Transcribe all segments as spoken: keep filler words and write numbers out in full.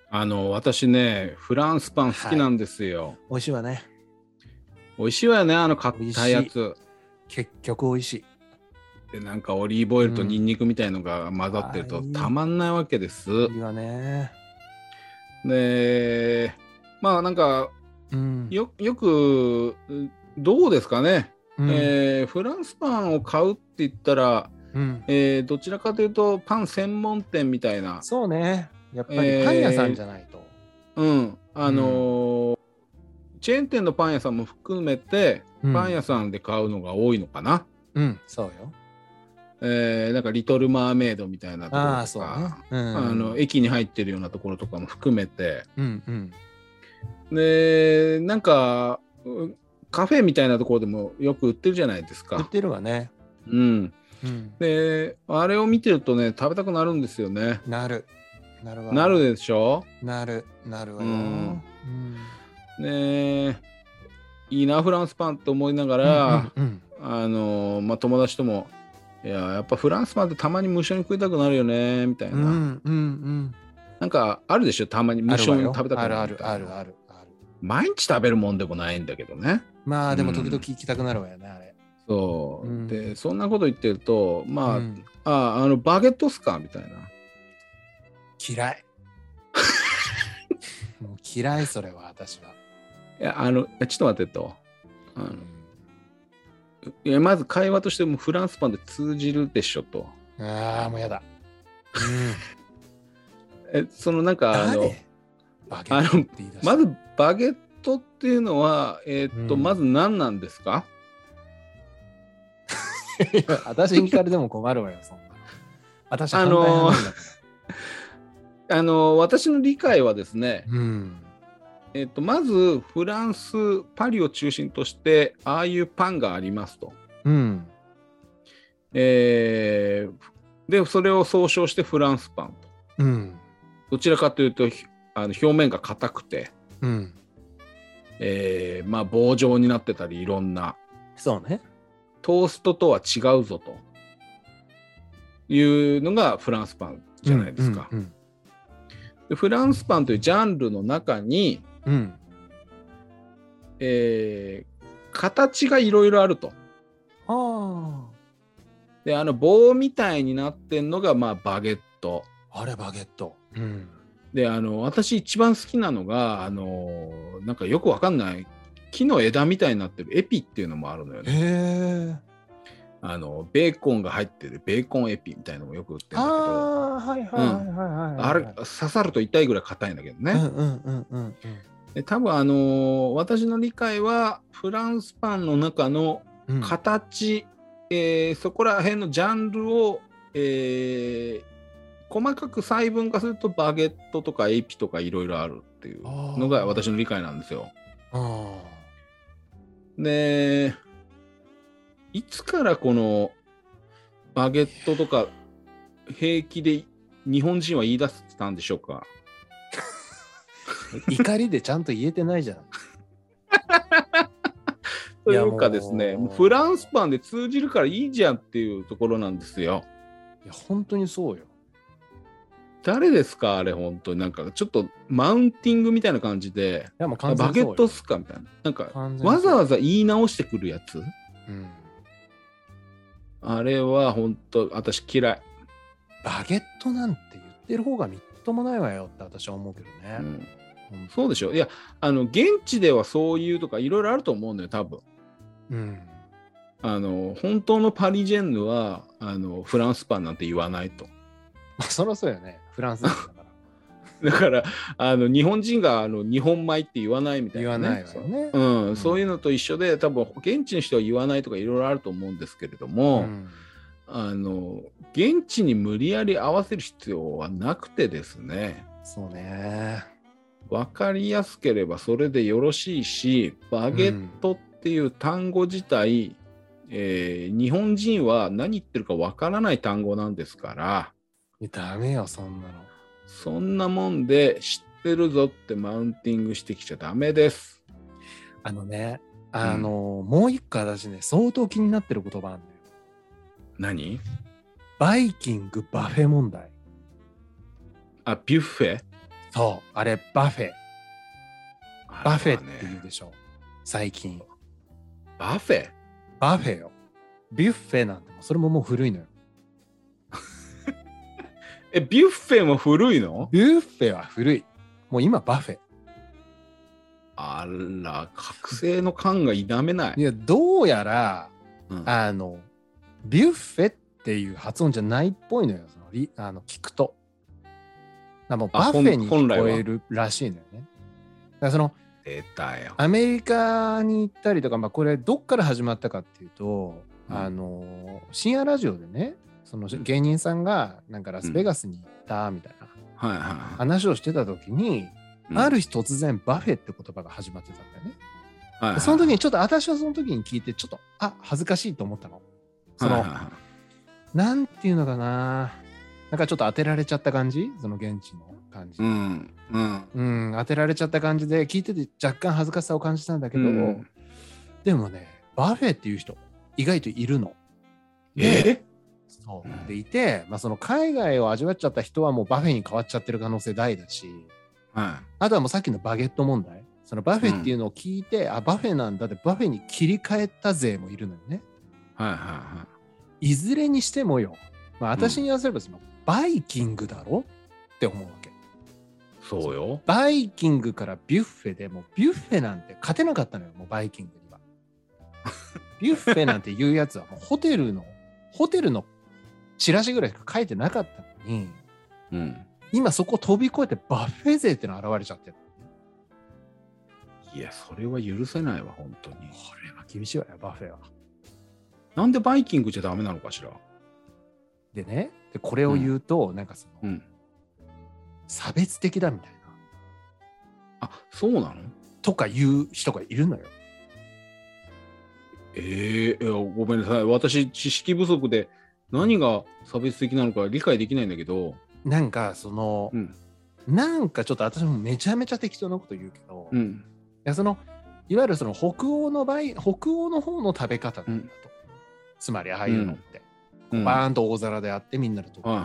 あの私ねフランスパン好きなんですよ、はい、 美味しいわね。 美味しいわよね、あの硬いやつ。 結局美味しい。 でなんかオリーブオイルとニンニクみたいのが混ざってるとたまんないわけです、 うん、いいわね。 でまあなんか、うん、よ, よくどうですかね、うん、えー、フランスパンを買うって言ったら、うん、えー、どちらかというとパン専門店みたいな。 そうね、やっぱりパン屋さんじゃないと、 えー、うんあのーうん、チェーン店のパン屋さんも含めて、うん、パン屋さんで買うのが多いのかな。 うん、そうよ。 えー、なんかリトルマーメイドみたいなところとか、 あ、そうね、うん、 あの駅に入ってるようなところとかも含めて、 うんうん、 でなんかカフェみたいなところでもよく売ってるじゃないですか。 売ってるわね。 うん。うん、であれを見てるとね食べたくなるんですよね。 なるなるわ。 なるでしょ。 なるなるわよ。うんうん、ねいいなフランスパンって思いながら、うんうんうん、あのまあ友達ともいややっぱフランスパンってたまに無性に食いたくなるよねみたいな、うんうんうん、なんかあるでしょ、たまに無性に食べたくなるみたいな。 あるあるあるあるある。 毎日食べるもんでもないんだけどね。 まあでも時々行きたくなるわよね、うん、あれ。 そう、うん、でそんなこと言ってるとまあ、うん、ああのバゲットっすかみたいな。 嫌いもう嫌いそれは私は。 いやあのちょっと待ってとあの、うん、いやまず会話としてもフランスパンで通じるでしょと。 ああもうやだ、 うん、えそのなんかあのバゲットって言い出した。 まずバゲットっていうのはえー、っと、うん、まず何なんですか私に聞かれても困るわよそんな。私反対派なんだから。 あのー、あのー、私の理解はですね、 うんえー、っとまずフランスパリを中心としてああいうパンがありますと、うんえー、でそれを総称してフランスパンと、うん、どちらかというとあの表面が硬くて、うんえーまあ、棒状になってたりいろんな、 そうね、 トーストとは違うぞというのがフランスパンじゃないですか、うんうんうん、でフランスパンというジャンルの中に、うんえー、形がいろいろあると。あであの棒みたいになってんのが、まあ、バゲット。 あれバゲット、うん、 であの私一番好きなのがあのなんかよくわかんない木の枝みたいになってるエピっていうのもあるのよね。へー。あのベーコンが入ってるベーコンエピみたいなのもよく売ってるんだけど、 あはいはいはいはいはい、はい、 あれ刺さると痛いぐらい硬いんだけどね。うんうんうんうん、で多分あのー、私の理解はフランスパンの中の形、うんえー、そこら辺のジャンルを、えー、細かく細分化するとバゲットとかエピとかいろいろあるっていうのが私の理解なんですよ。あでいつからこのバゲットとか平気で日本人は言い出したんでしょうか。 怒りでちゃんと言えてないじゃん。 というかですね、もうフランスパンで通じるからいいじゃんっていうところなんですよ。 いや本当にそうよ。 誰ですかあれ本当になんかちょっとマウンティングみたいな感じで、いやもう完全にそうよ。バゲットっすかみたいな、なんかわざわざ言い直してくるやつ、うん、あれは本当私嫌い。 バゲットなんて言ってる方がみっともないわよって私は思うけどね、 うん、そうでしょ。いやあの現地ではそういうとかいろいろあると思うんだよ多分、うん、あの本当のパリジェンヌはあのフランスパンなんて言わないと。 そりゃそうよね、フランスだからだからあの日本人があの日本米って言わないみたいな、ね、 言わないわよね、 うんうん、そういうのと一緒で多分現地の人は言わないとかいろいろあると思うんですけれども、うん、あの現地に無理やり合わせる必要はなくてですね。 そうね、 分かりやすければそれでよろしいし、バゲットっていう単語自体、うんえー、日本人は何言ってるか分からない単語なんですから。 ダメよそんなの。 そんなもんで知ってるぞってマウンティングしてきちゃダメです。 あのね、あの、うん、もう一個私ね相当気になってる言葉なんだよ。 何？ バイキングバフェ問題。 あ、ビュッフェ？ そうあれバフェバフェって言うでしょ、ね、最近。 バフェバフェよ。ビュッフェなんてそれももう古いのよ。 え、ビュッフェも古いの？ ビュッフェは古い。もう今バフェ。 あら、覚醒の感が否めない。 いや、どうやら、うん、あの、ビュッフェっていう発音じゃないっぽいのよ。そのあの聞くと。もうバフェに聞こえるらしいのよね。だからその、 出たよ。 アメリカに行ったりとか、まあ、これどっから始まったかっていうと、うん、あの深夜ラジオでね、その芸人さんがなんかラスベガスに行ったみたいな話をしてた時に、うん、ある日突然バフェって言葉が始まってたんだよね。はいはい、その時にちょっと私はその時に聞いてちょっとあ恥ずかしいと思ったの。その、はいはいはい、なんていうのかな、なんかちょっと当てられちゃった感じ、その現地の感じ、 うんうんうん、当てられちゃった感じで聞いてて若干恥ずかしさを感じたんだけど、うん、でもねバフェっていう人意外といるの。 えそうでいて、まあ、その海外を味わっちゃった人はもうバフェに変わっちゃってる可能性大だし、 はい、 あとはもうさっきのバゲット問題、そのバフェっていうのを聞いて、うん、あバフェなんだってバフェに切り替えた勢もいるのよね。 はいはいはい。 いずれにしてもよ、まあ、私に言わせればその、うん、バイキングだろって思うわけ。 そうよ。 バイキングからビュッフェでもうビュッフェなんて勝てなかったのよ、もうバイキングには。ビュッフェなんていうやつはもうホテルのホテルのチラシぐらいしか書いてなかったのに、 うん、 今そこ飛び越えてバフェ勢っての現れちゃってる。 いやそれは許せないわ本当に。これは厳しいわよバフェは。 なんでバイキングじゃダメなのかしら。 でね、でこれを言うと、うん、なんかその、うん、差別的だみたいな。 あ、そうなの？ とか言う人がいるのよ。 ええー、ごめんなさい。私知識不足で何が差別的なのか理解できないんだけど。 なんかその、うん、なんかちょっと私もめちゃめちゃ適当なこと言うけど、うん、いやそのいわゆるその北欧の場合、北欧の方の食べ方なんだと、うん、つまりああいうのって、うん、バーンと大皿であってみんなでと、うん、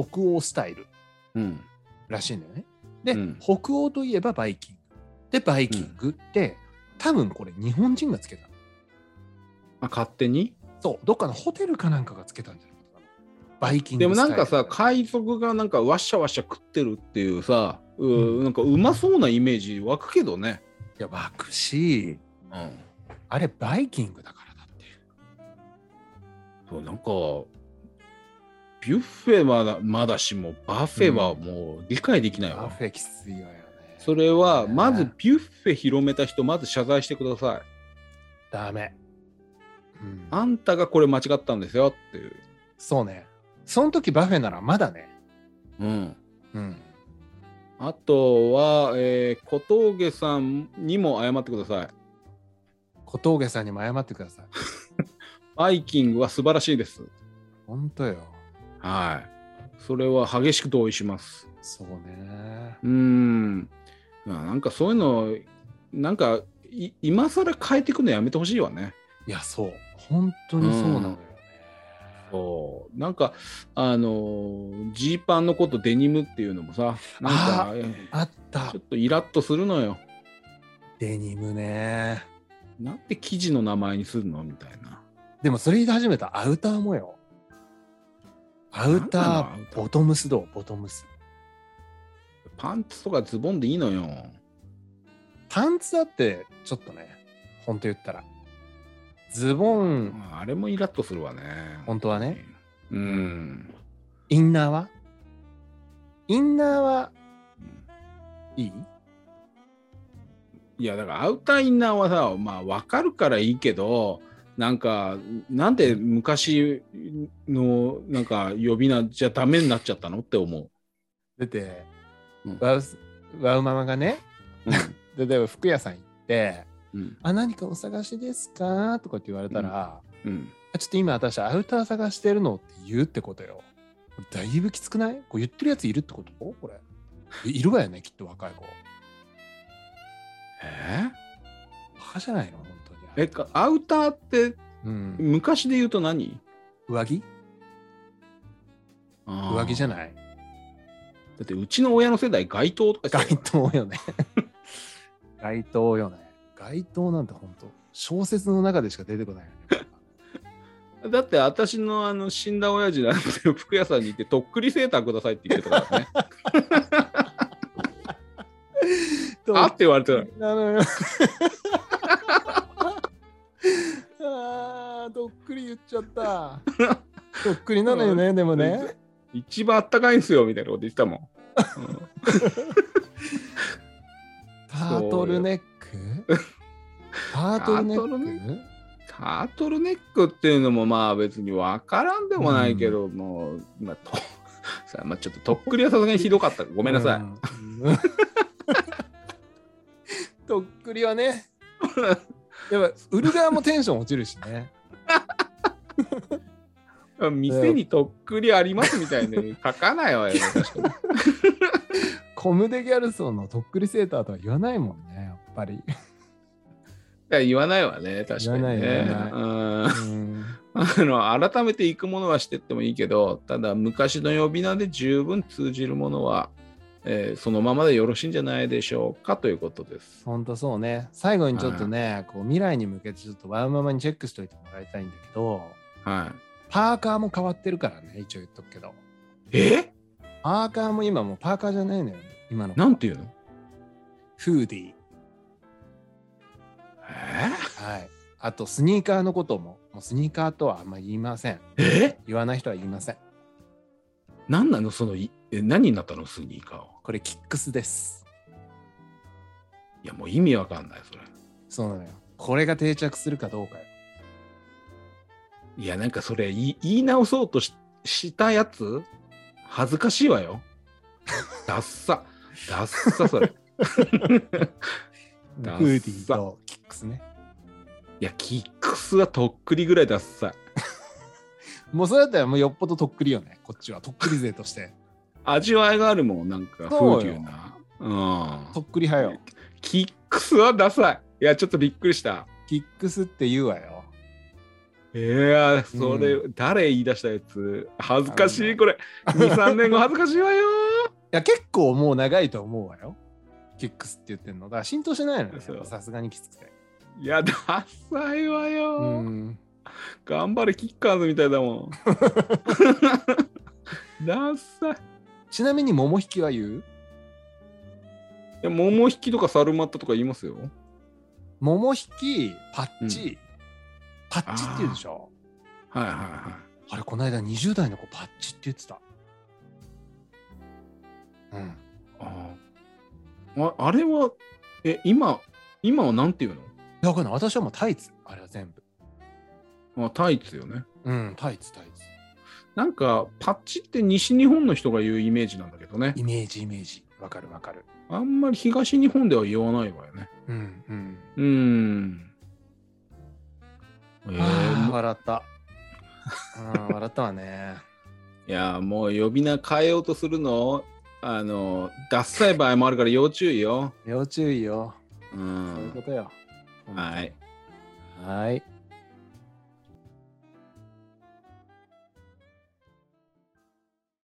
北欧スタイルらしいんだよね。で、うん、北欧といえばバイキングでバイキングって、うん、多分これ日本人がつけたの。 あ、勝手に？ そう、どっかのホテルかなんかがつけたんじゃないかな。バイキングでもなんかさ、海賊がなんかワッシャワッシャ食ってるっていうさ、う、うん、なんかうまそうなイメージ湧くけどね。 いや湧くし、うん、あれバイキングだからだって。 そうなんかビュッフェはまだしもバフェはもう理解できないわ。 うん、バフェきついわよね。 それはまずビュッフェ広めた人まず謝罪してください。 ダメ。 うん、あんたがこれ間違ったんですよっていう。 そうね。その時バフェならまだね。 うんうん。あとは、えー、小峠さんにも謝ってください。 小峠さんにも謝ってください。 バイキングは素晴らしいです。 本当よ。 はい。それは激しく同意します。 そうね。 うーん。なんかそういうのなんかい今更変えていくのやめてほしいわね。 いやそう本当にそうなのよね。 うん、そうなんかあのジーパンのことデニムっていうのもさなんか あ, あったちょっとイラッとするのよ。 デニムね。 なんで生地の名前にするのみたいな。 でもそれ言い始めたアウターもよ。アウターボトムスどう？ボトムス。 パンツとかズボンでいいのよ。 パンツだってちょっとね本当言ったら。ズボンあれもイラッとするわね。 本当はね。 うん。 インナーはインナーは、うん、いい？ いやだからアウターインナーはさまあ分かるからいいけどなんかなんで昔のなんか呼び名じゃダメになっちゃったのって思う。 だって、うん、ワウワウママがね、うん、例えば服屋さん行ってうん、あ何かお探しですかとかって言われたら、うんうん、ちょっと今私アウター探してるのって言うってことよ。だいぶきつくない？こう言ってるやついるってこと？これいるわよねきっと若い子。 えー、 バカじゃないの本当に。 えアウターって、うん、昔で言うと何？ 上着？上着じゃない？ だってうちの親の世代街頭とか街頭よね街頭よね。街頭なんて本当小説の中でしか出てこないよねだって私のあの死んだ親父なんて服屋さんに行ってとっくりセーターくださいって言ってたからねあって言われてたなのよあーとっくり言っちゃったとっくりなのよねでもね一番あったかいんすよみたいなこと言ってたもん、うん、 タートルネックタートルネックタートルネックっていうのもまあ別に分からんでもないけど、うん、もう、まあ、とさあまあ、ちょっととっくりはさすがにひどかったごめんなさい、うんとっくりはねやっぱ売る側もテンション落ちるしね店にとっくりありますみたいに書かないわよね確かにコムデギャルソンのとっくりセーターとは言わないもんねやっぱりいや言わないわね確かにね言わない言わない、うん、あの改めて行くものはしてってもいいけどただ昔の呼び名で十分通じるものはえー、そのままでよろしいんじゃないでしょうかということです。 ほんとそうね。最後にちょっとね、はい、こう未来に向けてちょっとワンママにチェックしておいてもらいたいんだけど、 はい、 パーカーも変わってるからね、一応言っとくけど。 えパーカーも今もうパーカーじゃないのよ、今の。 なんていうの？ フーディー。 えー、はい。あとスニーカーのことも、もうスニーカーとはあんま言いません。 え言わない人は言いません。 何なのそのえ何になったのスニーカーは。 これキックスです。 いやもう意味わかんないそれ。 そうなのよ。これが定着するかどうかよ。 いやなんかそれ言い、言い直そうと し, したやつ恥ずかしいわよ。ダッサダッサそれ。 フーディーとキックスね。 いやキックスはとっくりぐらいダッサい。 もうそれだったらもうよっぽどとっくりよね。こっちはとっくり勢として。 味わいがあるもんなんか風流な、うん、 とっくり派よ。 キックスはダサい。いやちょっとびっくりした。 キックスって言うわよ。 いやそれ、うん、誰言い出したやつ恥ずかしいこれにさんねんご恥ずかしいわよ。いや結構もう長いと思うわよ。キックスって言ってんのだから浸透しないのよ。さすがにきつくて。 いやダサいわよ、うん、頑張れキッカーズみたいだもん。ダサい。 ちなみに桃引きは言う？いや桃引きとかサルマッタとか言いますよ。 桃引きパッチ、うん、パッチって言うでしょ。 はいはいはい。 あれこの間にじゅう代の子パッチって言ってた。うん。 ああ。あれはえ今今はなんて言うの？いやわかんない。私はもうタイツ。あれは全部。 あタイツよね。 うんタイツタイツ。 なんかパッチって西日本の人が言うイメージなんだけどね。 イメージイメージ。わかるわかる。 あんまり東日本では言わないわよね。 うんうん。 うーん。 えー、笑った。あ笑ったわね。 いやもう呼び名変えようとするのあのダッサい場合もあるから要注意よ。 要注意よ。 うん。 そういうことよ。 はい。 はい。